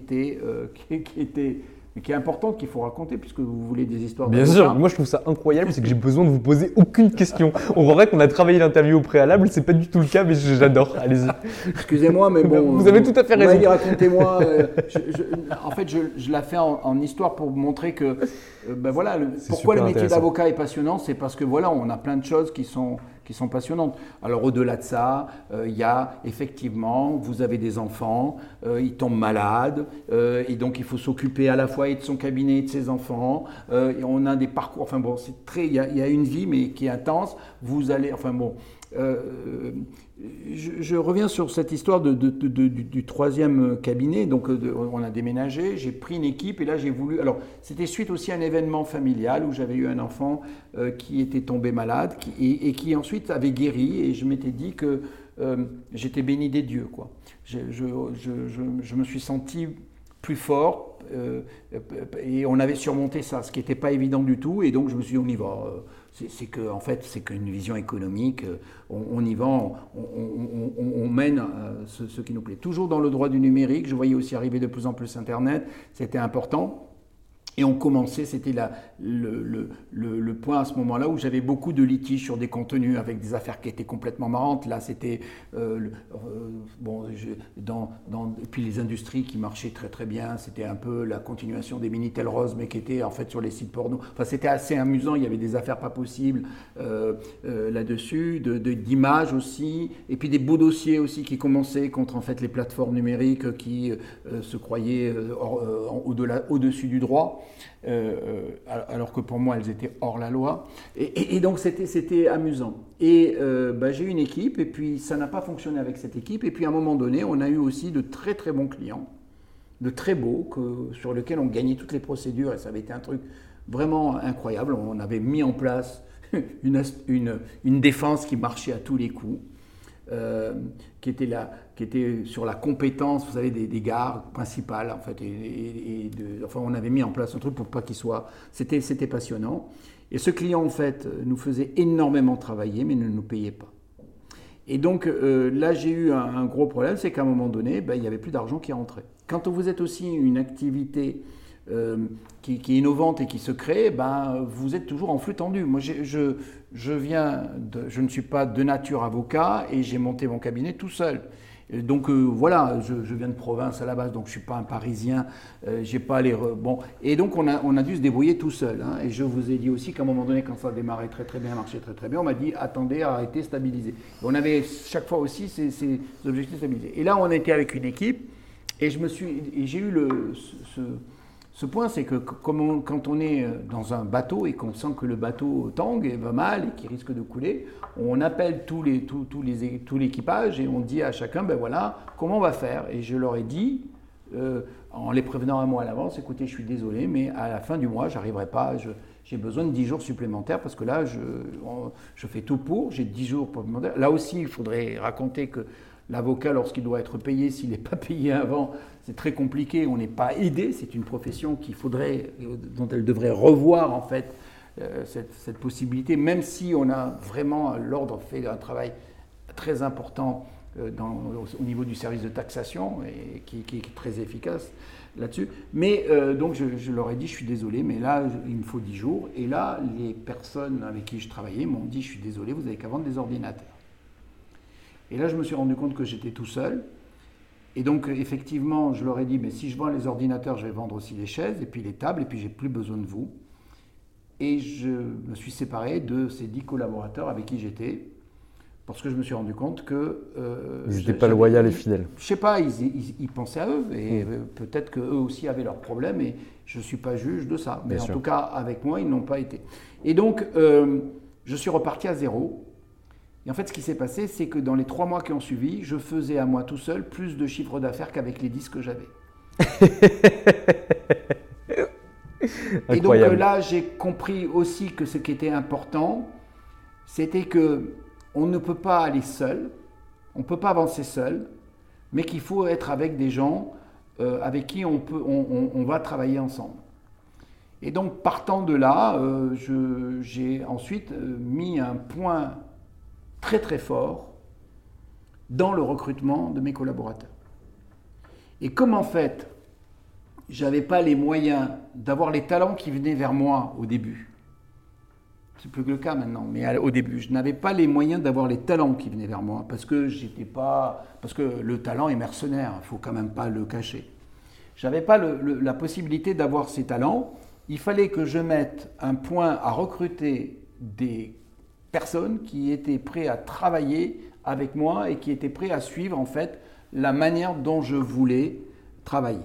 est importante, qu'il faut raconter, puisque vous voulez des histoires. Bien sûr, moi je trouve ça incroyable, c'est que j'ai besoin de vous poser aucune question. On croirait qu'on a travaillé l'interview au préalable, c'est pas du tout le cas, mais j'adore. Allez-y. Excusez-moi, mais bon. Vous avez tout à fait raison. Racontez-moi. En fait, je la fais en histoire pour vous montrer que, voilà, pourquoi le métier d'avocat est passionnant, c'est parce que voilà, on a plein de choses qui sont passionnantes. Alors au-delà de ça, il y a effectivement, vous avez des enfants, ils tombent malades, et donc il faut s'occuper à la fois et de son cabinet et de ses enfants. Et on a des parcours, enfin bon, c'est très, il y a une vie mais qui est intense. Vous allez, enfin bon. Je reviens sur cette histoire du troisième cabinet. Donc, on a déménagé, j'ai pris une équipe et là j'ai voulu. Alors, c'était suite aussi à un événement familial où j'avais eu un enfant qui était tombé malade et qui ensuite avait guéri. Et je m'étais dit que j'étais béni des dieux, quoi. Je me suis senti plus fort et on avait surmonté ça, ce qui n'était pas évident du tout. Et donc, je me suis dit, on y va. C'est qu'une vision économique, on y va, on mène ce qui nous plaît. Toujours dans le droit du numérique, je voyais aussi arriver de plus en plus Internet, c'était important. Et on commençait, c'était le point à ce moment-là où j'avais beaucoup de litiges sur des contenus avec des affaires qui étaient complètement marrantes. Là, c'était et puis les industries qui marchaient très très bien. C'était un peu la continuation des Minitel Rose, mais qui était en fait sur les sites porno. Enfin, c'était assez amusant. Il y avait des affaires pas possibles là-dessus, d'images aussi, et puis des beaux dossiers aussi qui commençaient contre en fait les plateformes numériques qui se croyaient au-dessus du droit. Alors que pour moi elles étaient hors la loi et donc c'était amusant et j'ai eu une équipe et puis ça n'a pas fonctionné avec cette équipe et puis à un moment donné on a eu aussi de très très bons clients, de très beaux sur lesquels on gagnait toutes les procédures et ça avait été un truc vraiment incroyable. On avait mis en place une défense qui marchait à tous les coups. Qui était sur la compétence, vous savez, des gares principales, en fait, enfin, on avait mis en place un truc pour pas qu'il soit. C'était passionnant. Et ce client, en fait, nous faisait énormément travailler, mais ne nous payait pas. Et donc là, j'ai eu un gros problème, c'est qu'à un moment donné, il n'y avait plus d'argent qui rentrait. Quand vous êtes aussi une activité qui est innovante et qui se crée, vous êtes toujours en flux tendu. Moi, je ne suis pas de nature avocat et j'ai monté mon cabinet tout seul. Et donc voilà, je viens de province à la base, donc je ne suis pas un Parisien, j'ai pas les... Bon, et donc on a dû se débrouiller tout seul. Hein, et je vous ai dit aussi qu'à un moment donné, quand ça a démarré très très bien, marchait très très bien, on m'a dit attendez, arrêtez, stabilisez. Et on avait chaque fois aussi ces objectifs stabilisés. Et là, on était avec une équipe et j'ai eu ce point, c'est que quand on est dans un bateau et qu'on sent que le bateau tangue et va mal et qu'il risque de couler, on appelle tout l'équipage et on dit à chacun, voilà, comment on va faire? Et je leur ai dit, en les prévenant un mois à l'avance, écoutez, je suis désolé, mais à la fin du mois, j'arriverai pas, j'ai besoin de 10 jours supplémentaires parce que là, je fais tout pour, j'ai 10 jours supplémentaires. Là aussi, il faudrait raconter que l'avocat, lorsqu'il doit être payé, s'il n'est pas payé avant, c'est très compliqué, on n'est pas aidé, c'est une profession dont elle devrait revoir en fait cette possibilité, même si on a vraiment, l'ordre fait un travail très important au niveau du service de taxation et qui est très efficace là-dessus. Mais donc je leur ai dit, je suis désolé, mais là, il me faut 10 jours. Et là, les personnes avec qui je travaillais m'ont dit, je suis désolé, vous n'avez qu'à vendre des ordinateurs. Et là, je me suis rendu compte que j'étais tout seul. Et donc, effectivement, je leur ai dit, mais si je vends les ordinateurs, je vais vendre aussi les chaises et puis les tables, et puis j'ai plus besoin de vous. Et je me suis séparé de ces 10 collaborateurs avec qui j'étais, parce que je me suis rendu compte que... ils n'étaient pas loyaux et fidèles. Je ne sais pas, ils pensaient à eux, et peut-être qu'eux aussi avaient leurs problèmes, et je ne suis pas juge de ça. Mais en tout cas, avec moi, ils n'ont pas été. Et donc, je suis reparti à zéro. Et en fait, ce qui s'est passé, c'est que dans les 3 mois qui ont suivi, je faisais à moi tout seul plus de chiffre d'affaires qu'avec les 10 que j'avais. Et donc là, j'ai compris aussi que ce qui était important, c'était qu'on ne peut pas aller seul, on ne peut pas avancer seul, mais qu'il faut être avec des gens avec qui on va travailler ensemble. Et donc, partant de là, j'ai ensuite mis un point très très fort dans le recrutement de mes collaborateurs. Et comme en fait, je n'avais pas les moyens d'avoir les talents qui venaient vers moi au début, c'est plus que le cas maintenant, mais au début, je n'avais pas les moyens d'avoir les talents qui venaient vers moi parce que le talent est mercenaire, il ne faut quand même pas le cacher. Je n'avais pas la possibilité d'avoir ces talents. Il fallait que je mette un point à recruter des personnes qui étaient prêtes à travailler avec moi et qui étaient prêtes à suivre en fait la manière dont je voulais travailler.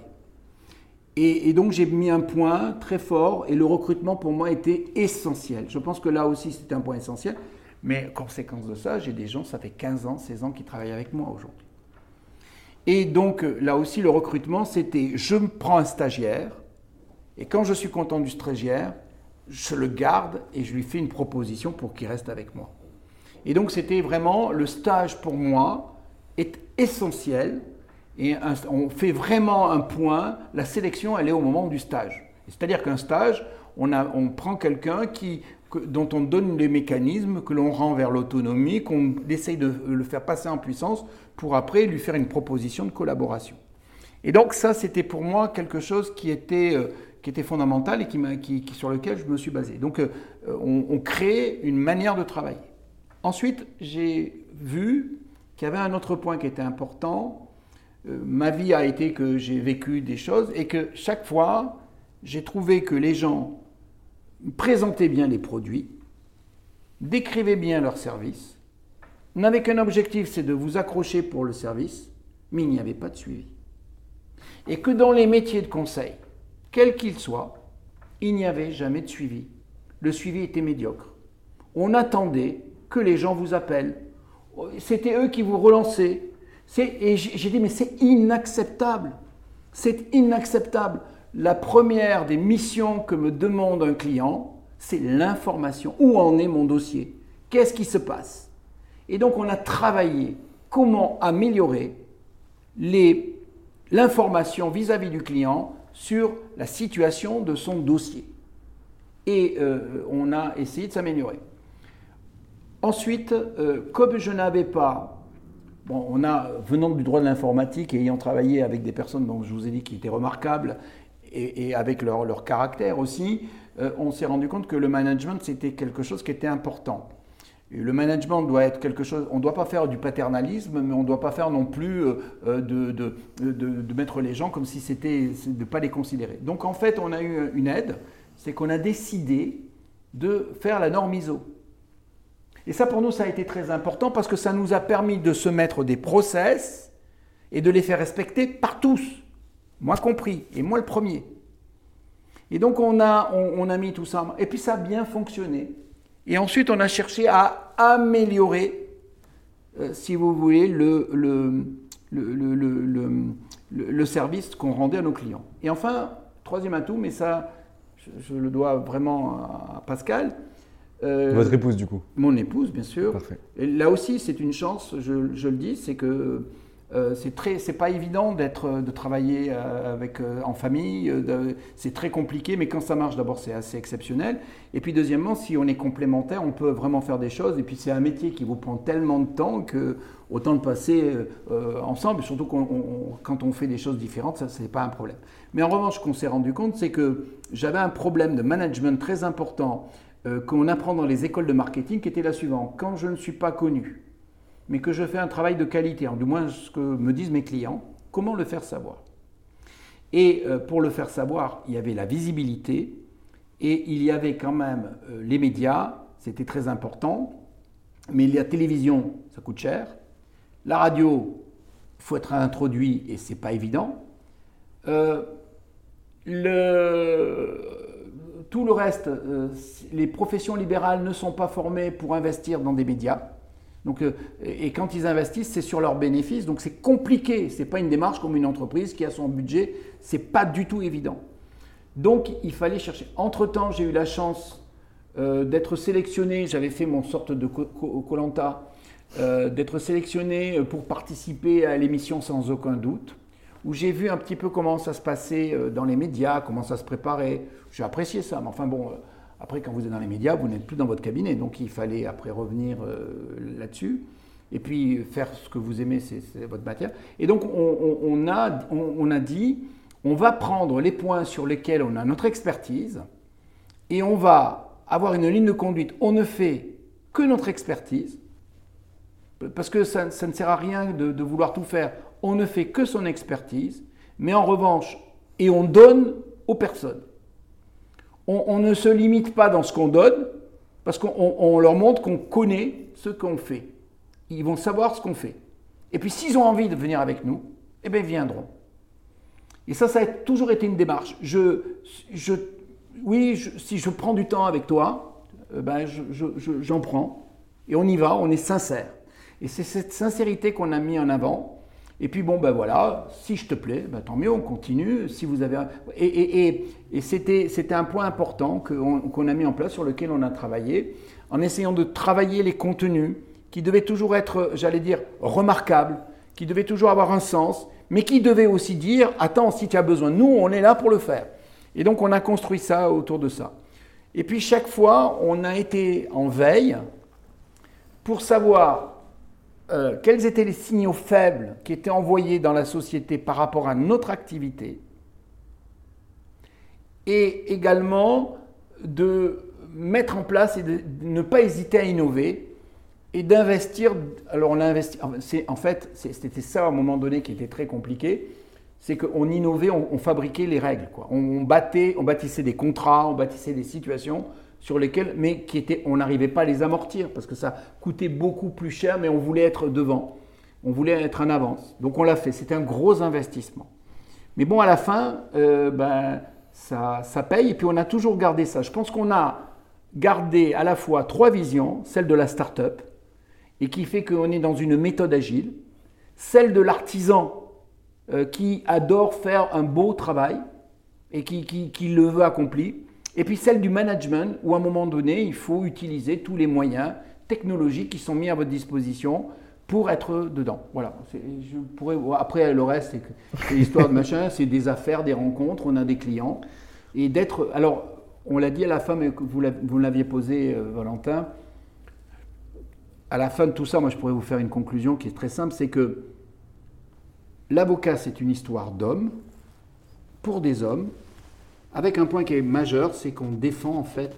Et donc j'ai mis un point très fort et le recrutement pour moi était essentiel. Je pense que là aussi c'était un point essentiel, mais conséquence de ça, j'ai des gens, ça fait 15 ans, 16 ans qui travaillent avec moi aujourd'hui. Et donc là aussi le recrutement c'était, je me prends un stagiaire et quand je suis content du stagiaire, je le garde et je lui fais une proposition pour qu'il reste avec moi. Et donc c'était vraiment, le stage pour moi est essentiel. Et on fait vraiment un point, la sélection elle est au moment du stage. C'est-à-dire qu'un stage, on prend quelqu'un dont on donne les mécanismes, que l'on rend vers l'autonomie, qu'on essaye de le faire passer en puissance pour après lui faire une proposition de collaboration. Et donc ça c'était pour moi quelque chose qui était fondamental et sur lequel je me suis basé. Donc on crée une manière de travailler. Ensuite j'ai vu qu'il y avait un autre point qui était important. Ma vie a été que j'ai vécu des choses et que chaque fois, j'ai trouvé que les gens présentaient bien les produits, décrivaient bien leurs services, n'avaient qu'un objectif, c'est de vous accrocher pour le service, mais il n'y avait pas de suivi. Et que dans les métiers de conseil, quels qu'ils soient, il n'y avait jamais de suivi. Le suivi était médiocre. On attendait que les gens vous appellent. C'était eux qui vous relançaient. Et j'ai dit, mais c'est inacceptable. C'est inacceptable. La première des missions que me demande un client, c'est l'information. Où en est mon dossier? Qu'est-ce qui se passe? Et donc, on a travaillé comment améliorer l'information vis-à-vis du client sur la situation de son dossier. Et on a essayé de s'améliorer. Ensuite, comme je n'avais pas... venant du droit de l'informatique et ayant travaillé avec des personnes dont je vous ai dit qui étaient remarquables et avec leur caractère aussi, on s'est rendu compte que le management c'était quelque chose qui était important. Et le management doit être quelque chose, on ne doit pas faire du paternalisme, mais on ne doit pas faire non plus de mettre les gens comme si c'était de ne pas les considérer. Donc en fait on a eu une aide, c'est qu'on a décidé de faire la norme ISO. Et ça, pour nous, ça a été très important parce que ça nous a permis de se mettre des process et de les faire respecter par tous, moi compris, et moi le premier. Et donc, on a mis tout ça, et puis ça a bien fonctionné. Et ensuite, on a cherché à améliorer, si vous voulez, le service qu'on rendait à nos clients. Et enfin, troisième atout, mais ça, je le dois vraiment à Pascal. Votre épouse, du coup? Mon épouse, bien sûr. Parfait. Et là aussi, c'est une chance, je le dis, c'est que c'est pas évident de travailler en famille, c'est très compliqué, mais quand ça marche, d'abord, c'est assez exceptionnel. Et puis, deuxièmement, si on est complémentaires, on peut vraiment faire des choses. Et puis, c'est un métier qui vous prend tellement de temps que autant le passer ensemble, surtout quand on fait des choses différentes, ça, c'est pas un problème. Mais en revanche, ce qu'on s'est rendu compte, c'est que j'avais un problème de management très important qu'on apprend dans les écoles de marketing, qui était la suivante. Quand je ne suis pas connu, mais que je fais un travail de qualité, du moins ce que me disent mes clients, comment le faire savoir? Et pour le faire savoir, il y avait la visibilité et il y avait quand même les médias, c'était très important, mais la télévision, ça coûte cher. La radio, il faut être introduit et ce n'est pas évident. Tout le reste, les professions libérales ne sont pas formées pour investir dans des médias. Donc, et quand ils investissent, c'est sur leurs bénéfices. Donc c'est compliqué. Ce n'est pas une démarche comme une entreprise qui a son budget. Ce n'est pas du tout évident. Donc il fallait chercher. Entre-temps, j'ai eu la chance d'être sélectionné. J'avais fait mon sorte de Koh-Lanta, d'être sélectionné pour participer à l'émission Sans aucun doute, où j'ai vu un petit peu comment ça se passait dans les médias, comment ça se préparait. J'ai apprécié ça, mais enfin bon, après quand vous êtes dans les médias, vous n'êtes plus dans votre cabinet, donc il fallait après revenir là-dessus. Et puis faire ce que vous aimez, c'est votre matière. Et donc on a dit, on va prendre les points sur lesquels on a notre expertise et on va avoir une ligne de conduite. On ne fait que notre expertise, parce que ça ne sert à rien de vouloir tout faire. On ne fait que son expertise, mais en revanche, et on donne aux personnes. On ne se limite pas dans ce qu'on donne, parce qu'on leur montre qu'on connaît ce qu'on fait. Ils vont savoir ce qu'on fait. Et puis s'ils ont envie de venir avec nous, eh bien ils viendront. Et ça a toujours été une démarche. Si je prends du temps avec toi, j'en prends. Et on y va, on est sincère. Et c'est cette sincérité qu'on a mis en avant. Et puis voilà, si je te plais, tant mieux, on continue. Si vous avez et c'était un point important qu'on a mis en place, sur lequel on a travaillé, en essayant de travailler les contenus qui devaient toujours être, j'allais dire, remarquables, qui devaient toujours avoir un sens, mais qui devaient aussi dire, attends, si tu as besoin de nous, on est là pour le faire. Et donc on a construit ça autour de ça. Et puis chaque fois, on a été en veille pour savoir quels étaient les signaux faibles qui étaient envoyés dans la société par rapport à notre activité, et également de mettre en place et de ne pas hésiter à innover et d'investir. Alors on a investi, c'était ça à un moment donné qui était très compliqué, c'est qu'on innovait, on fabriquait les règles, quoi. On bâtissait des contrats, on bâtissait des situations sur lesquelles, mais on n'arrivait pas à les amortir, parce que ça coûtait beaucoup plus cher, mais on voulait être devant, on voulait être en avance. Donc on l'a fait, c'était un gros investissement. Mais bon, à la fin, ça paye, et puis on a toujours gardé ça. Je pense qu'on a gardé à la fois 3 visions, celle de la start-up, et qui fait qu'on est dans une méthode agile, celle de l'artisan qui adore faire un beau travail et qui le veut accompli, et puis celle du management où à un moment donné, il faut utiliser tous les moyens technologiques qui sont mis à votre disposition pour être dedans. Voilà. Après, le reste, c'est l'histoire de machin, c'est des affaires, des rencontres, on a des clients, et d'être... Alors, on l'a dit à la fin, mais vous l'aviez posé, Valentin. À la fin de tout ça, moi, je pourrais vous faire une conclusion qui est très simple, c'est que l'avocat, c'est une histoire d'hommes, pour des hommes, avec un point qui est majeur, c'est qu'on défend en fait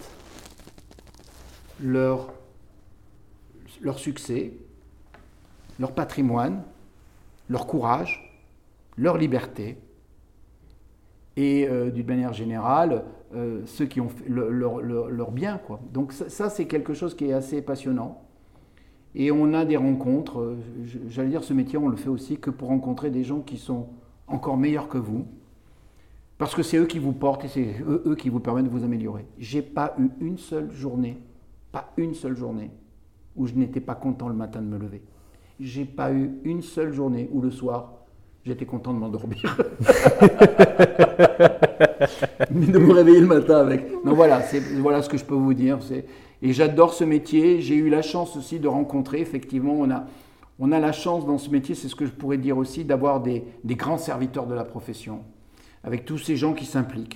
leur succès, leur patrimoine, leur courage, leur liberté, et d'une manière générale, ceux qui ont fait leur bien, quoi. Donc ça, c'est quelque chose qui est assez passionnant. Et on a des rencontres, j'allais dire, ce métier, on le fait aussi que pour rencontrer des gens qui sont encore meilleurs que vous, parce que c'est eux qui vous portent et c'est eux qui vous permettent de vous améliorer. J'ai pas eu une seule journée où je n'étais pas content le matin de me lever. J'ai pas eu une seule journée où le soir, j'étais content de m'endormir. Mais de me réveiller le matin avec. Donc voilà ce que je peux vous dire. Et j'adore ce métier. J'ai eu la chance aussi de rencontrer, effectivement, on a la chance dans ce métier, c'est ce que je pourrais dire aussi, d'avoir des grands serviteurs de la profession, avec tous ces gens qui s'impliquent,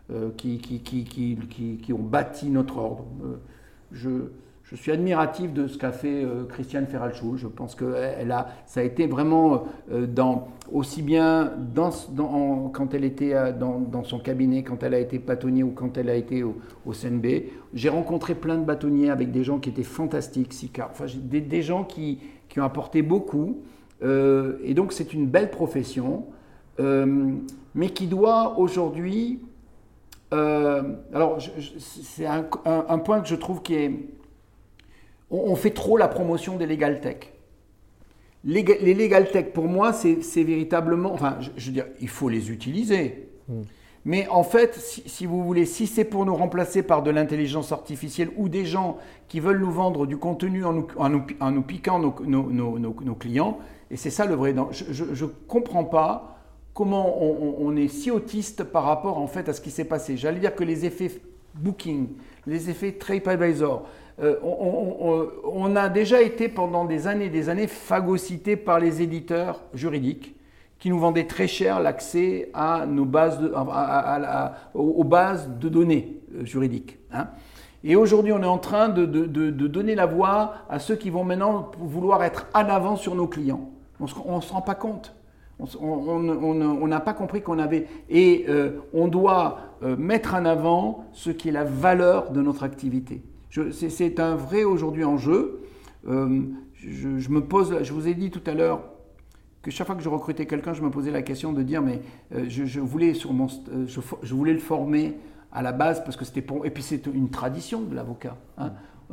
qui ont bâti notre ordre. Je suis admiratif de ce qu'a fait Christiane Ferralschul. Je pense que ça a été vraiment aussi bien quand elle était dans son cabinet, quand elle a été bâtonnier ou quand elle a été au CNB. J'ai rencontré plein de bâtonniers avec des gens qui étaient fantastiques, des gens qui ont apporté beaucoup. Et donc c'est une belle profession, mais qui doit aujourd'hui... c'est un point que je trouve qui est... On fait trop la promotion des legal tech. Les legal tech, pour moi, c'est véritablement... Enfin, je veux dire, il faut les utiliser. Mais en fait, si vous voulez, si c'est pour nous remplacer par de l'intelligence artificielle ou des gens qui veulent nous vendre du contenu en nous piquant nos clients, et c'est ça le vrai danger. Je ne comprends pas comment on est si autiste par rapport en fait à ce qui s'est passé. J'allais dire que les effets Booking, les effets TripAdvisor, on a déjà été pendant des années phagocytés par les éditeurs juridiques qui nous vendaient très cher l'accès à nos bases aux bases de données juridiques. Hein. Et aujourd'hui, on est en train de donner la voix à ceux qui vont maintenant vouloir être en avant sur nos clients. On ne se rend pas compte. On n'a pas compris qu'on avait... Et on doit mettre en avant ce qui est la valeur de notre activité. C'est un vrai aujourd'hui enjeu. Je vous ai dit tout à l'heure que chaque fois que je recrutais quelqu'un, je me posais la question de dire mais je voulais le former à la base parce que c'était et puis c'est une tradition de l'avocat. Hein.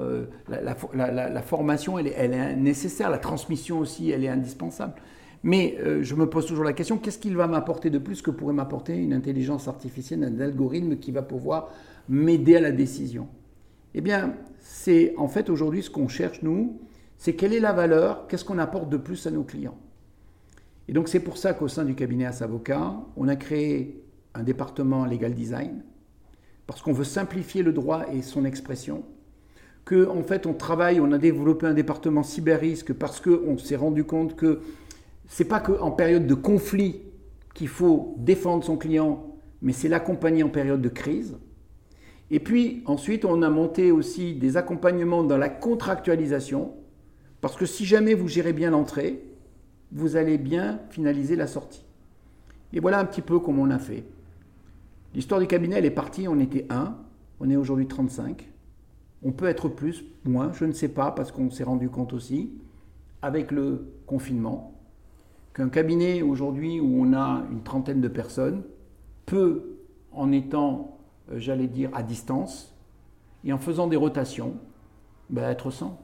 La formation elle est nécessaire, la transmission aussi elle est indispensable. Mais je me pose toujours la question, qu'est-ce qu'il va m'apporter de plus que pourrait m'apporter une intelligence artificielle, un algorithme qui va pouvoir m'aider à la décision? Eh bien, c'est en fait aujourd'hui ce qu'on cherche nous, c'est quelle est la valeur, qu'est-ce qu'on apporte de plus à nos clients. Et donc c'est pour ça qu'au sein du cabinet As Avocat, on a créé un département Legal Design, parce qu'on veut simplifier le droit et son expression, qu'en fait on a développé un département cyber-risque parce qu'on s'est rendu compte que c'est pas qu'en période de conflit qu'il faut défendre son client, mais c'est l'accompagner en période de crise. Et puis ensuite, on a monté aussi des accompagnements dans la contractualisation, parce que si jamais vous gérez bien l'entrée, vous allez bien finaliser la sortie. Et voilà un petit peu comment on a fait. L'histoire du cabinet, elle est partie, on était 1, on est aujourd'hui 35. On peut être plus, moins, je ne sais pas, parce qu'on s'est rendu compte aussi, avec le confinement, qu'un cabinet aujourd'hui où on a une trentaine de personnes peut, en étant, j'allais dire, à distance, et en faisant des rotations, être 100.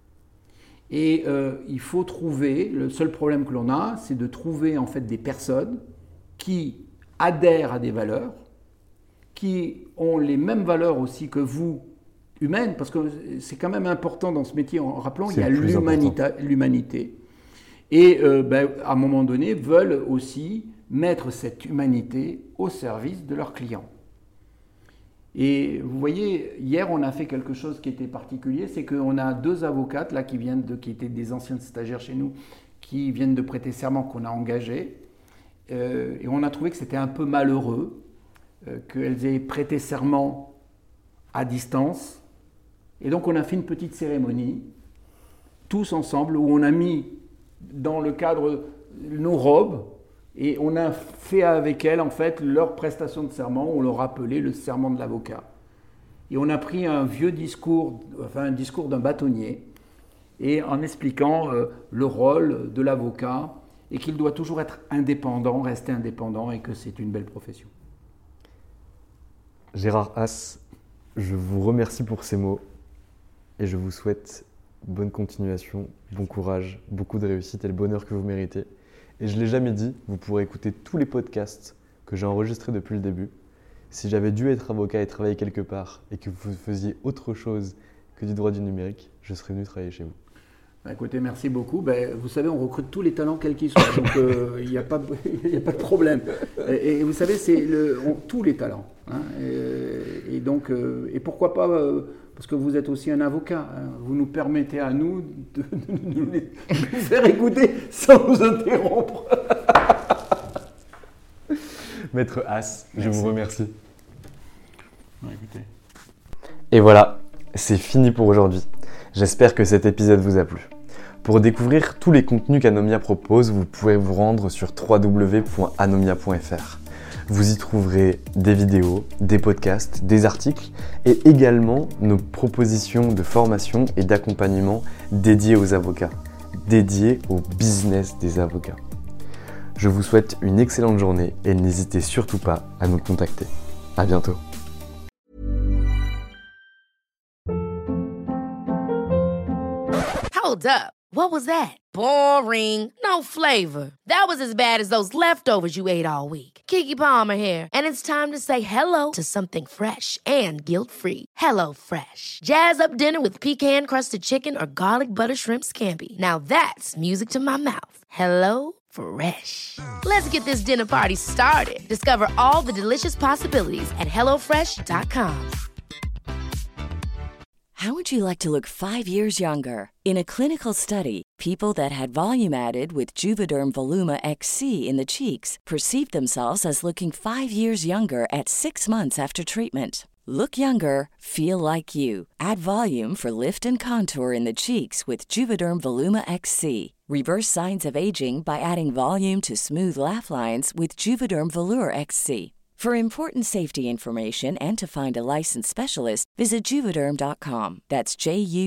Et il faut trouver, le seul problème que l'on a, c'est de trouver en fait des personnes qui adhèrent à des valeurs, qui ont les mêmes valeurs aussi que vous, humaines, parce que c'est quand même important dans ce métier, en rappelant qu'il y a l'humanité. Et à un moment donné, veulent aussi mettre cette humanité au service de leurs clients. Et vous voyez, hier, on a fait quelque chose qui était particulier, c'est qu'on a 2 avocates là, qui étaient des anciennes stagiaires chez nous, qui viennent de prêter serment, qu'on a engagées. Et on a trouvé que c'était un peu malheureux qu'elles aient prêté serment à distance. Et donc, on a fait une petite cérémonie, tous ensemble, où on a mis dans le cadre nos robes, et on a fait avec elles en fait leur prestation de serment, on leur appelait le serment de l'avocat. Et on a pris un vieux discours, un discours d'un bâtonnier, et en expliquant le rôle de l'avocat, et qu'il doit toujours être indépendant, rester indépendant, et que c'est une belle profession. Gérard As, je vous remercie pour ces mots, et je vous souhaite bonne continuation, bon courage, beaucoup de réussite et le bonheur que vous méritez. Et je ne l'ai jamais dit, vous pourrez écouter tous les podcasts que j'ai enregistrés depuis le début. Si j'avais dû être avocat et travailler quelque part et que vous faisiez autre chose que du droit du numérique, je serais venu travailler chez vous. Écoutez, merci beaucoup. Vous savez, on recrute tous les talents quels qu'ils soient, donc il n'y a pas de problème. Et vous savez, c'est tous les talents. Hein, et donc, et pourquoi pas, parce que vous êtes aussi un avocat, hein, vous nous permettez à nous de nous faire écouter sans nous interrompre. Maître As, je vous remercie. Écoutez. Et voilà, c'est fini pour aujourd'hui. J'espère que cet épisode vous a plu. Pour découvrir tous les contenus qu'Anomia propose, vous pouvez vous rendre sur www.anomia.fr. Vous y trouverez des vidéos, des podcasts, des articles et également nos propositions de formation et d'accompagnement dédiées aux avocats, dédiées au business des avocats. Je vous souhaite une excellente journée et n'hésitez surtout pas à nous contacter. À bientôt. Hold up. What was that? Boring. No flavor. That was as bad as those leftovers you ate all week. Keke Palmer here, and it's time to say hello to something fresh and guilt-free. Hello Fresh. Jazz up dinner with pecan-crusted chicken or garlic butter shrimp scampi. Now that's music to my mouth. Hello Fresh. Let's get this dinner party started. Discover all the delicious possibilities at HelloFresh.com. How would you like to look 5 years younger? In a clinical study, people that had volume added with Juvederm Voluma XC in the cheeks perceived themselves as looking 5 years younger at 6 months after treatment. Look younger, feel like you. Add volume for lift and contour in the cheeks with Juvederm Voluma XC. Reverse signs of aging by adding volume to smooth laugh lines with Juvederm Volure XC. For important safety information and to find a licensed specialist, visit Juvederm.com. That's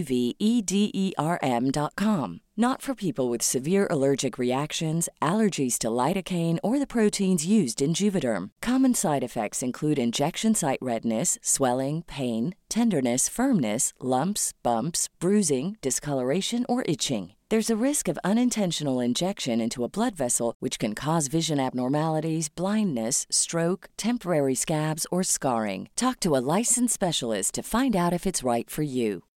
JUVEDERM.com. Not for people with severe allergic reactions, allergies to lidocaine, or the proteins used in Juvederm. Common side effects include injection site redness, swelling, pain, tenderness, firmness, lumps, bumps, bruising, discoloration, or itching. There's a risk of unintentional injection into a blood vessel, which can cause vision abnormalities, blindness, stroke, temporary scabs, or scarring. Talk to a licensed specialist to find out if it's right for you.